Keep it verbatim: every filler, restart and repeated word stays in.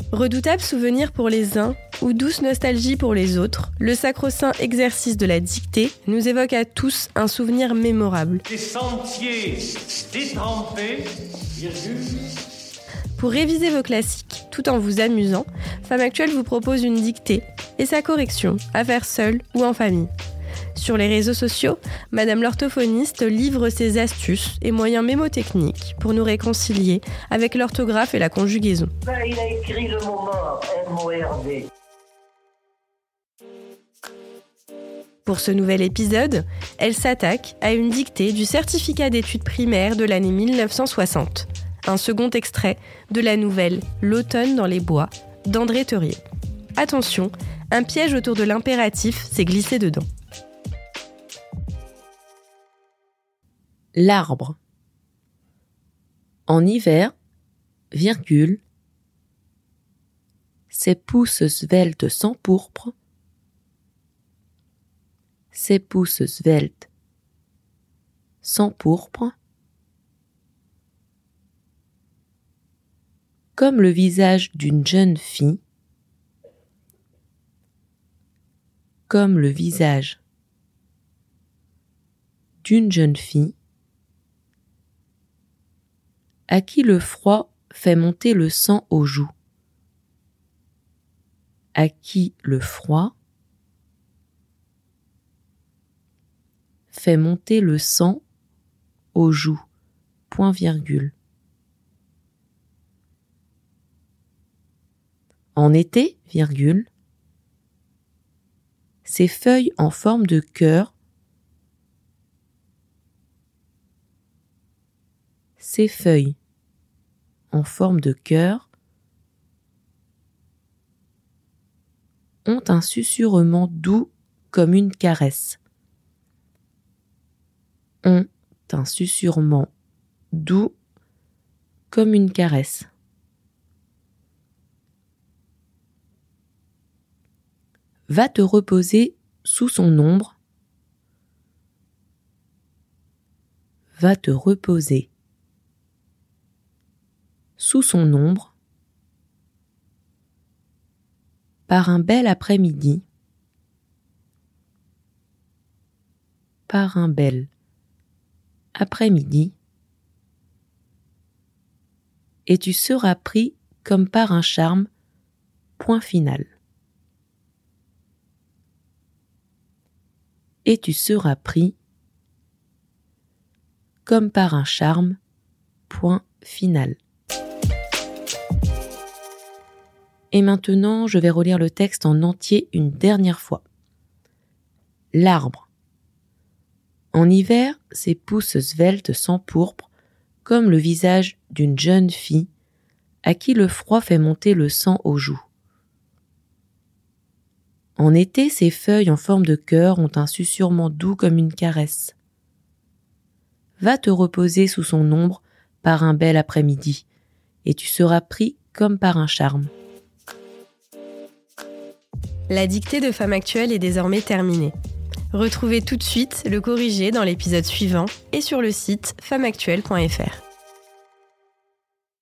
Redoutable souvenir pour les uns ou douce nostalgie pour les autres, le sacro-saint exercice de la dictée nous évoque à tous un souvenir mémorable. Des sentiers détrempés, virgule. Pour réviser vos classiques tout en vous amusant, Femme Actuelle vous propose une dictée et sa correction à faire seule ou en famille. Sur les réseaux sociaux, Madame l'orthophoniste livre ses astuces et moyens mémotechniques pour nous réconcilier avec l'orthographe et la conjugaison. Ben, il a écrit le mot mort, M O R D. Pour ce nouvel épisode, elle s'attaque à une dictée du certificat d'études primaires de l'année mille neuf cent soixante. Un second extrait de la nouvelle « L'automne dans les bois » d'André Theuriet. Attention, un piège autour de l'impératif s'est glissé dedans. L'arbre. En hiver, virgule, ses pousses sveltes sans pourpre, ses pousses sveltes sans pourpre, comme le visage d'une jeune fille, comme le visage d'une jeune fille, à qui le froid fait monter le sang aux joues, à qui le froid fait monter le sang aux joues, point virgule. En été, virgule, ses feuilles en forme de cœur, ses feuilles en forme de cœur ont un susurrement doux comme une caresse. Ont un susurrement doux comme une caresse. Va te reposer sous son ombre. Va te reposer sous son ombre par un bel après-midi, par un bel après-midi, et tu seras pris comme par un charme, point final. Et tu seras pris comme par un charme, point final. Et maintenant, je vais relire le texte en entier une dernière fois. L'arbre. En hiver, ses pousses sveltes sans pourpre, comme le visage d'une jeune fille, à qui le froid fait monter le sang aux joues. En été, ses feuilles en forme de cœur ont un susurrement doux comme une caresse. Va te reposer sous son ombre par un bel après-midi, et tu seras pris comme par un charme. La dictée de Femme Actuelle est désormais terminée. Retrouvez tout de suite le corrigé dans l'épisode suivant et sur le site femme actuelle point f r.